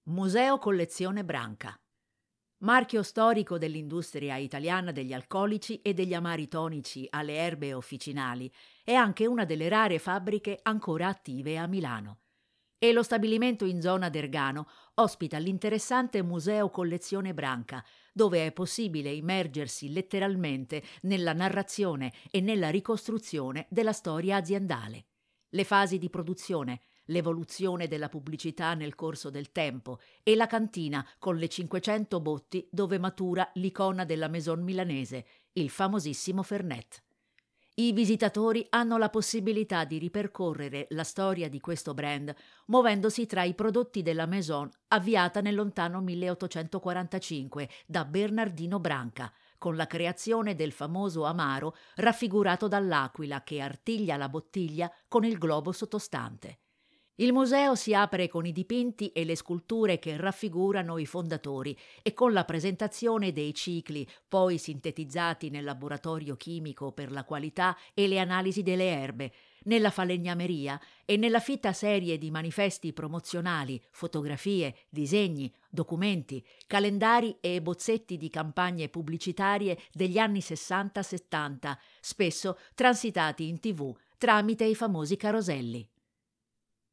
Museo Collezione Branca. Marchio storico dell'industria italiana degli alcolici e degli amari tonici alle erbe officinali, è anche una delle rare fabbriche ancora attive a Milano. E lo stabilimento in zona d'Ergano ospita l'interessante Museo Collezione Branca, dove è possibile immergersi letteralmente nella narrazione e nella ricostruzione della storia aziendale. Le fasi di produzione, l'evoluzione della pubblicità nel corso del tempo e la cantina con le 500 botti dove matura l'icona della Maison milanese, il famosissimo Fernet. I visitatori hanno la possibilità di ripercorrere la storia di questo brand muovendosi tra i prodotti della Maison avviata nel lontano 1845 da Bernardino Branca, con la creazione del famoso amaro raffigurato dall'aquila che artiglia la bottiglia con il globo sottostante. Il museo si apre con i dipinti e le sculture che raffigurano i fondatori e con la presentazione dei cicli, poi sintetizzati nel laboratorio chimico per la qualità e le analisi delle erbe, nella falegnameria e nella fitta serie di manifesti promozionali, fotografie, disegni, documenti, calendari e bozzetti di campagne pubblicitarie degli anni 60-70, spesso transitati in TV tramite i famosi caroselli.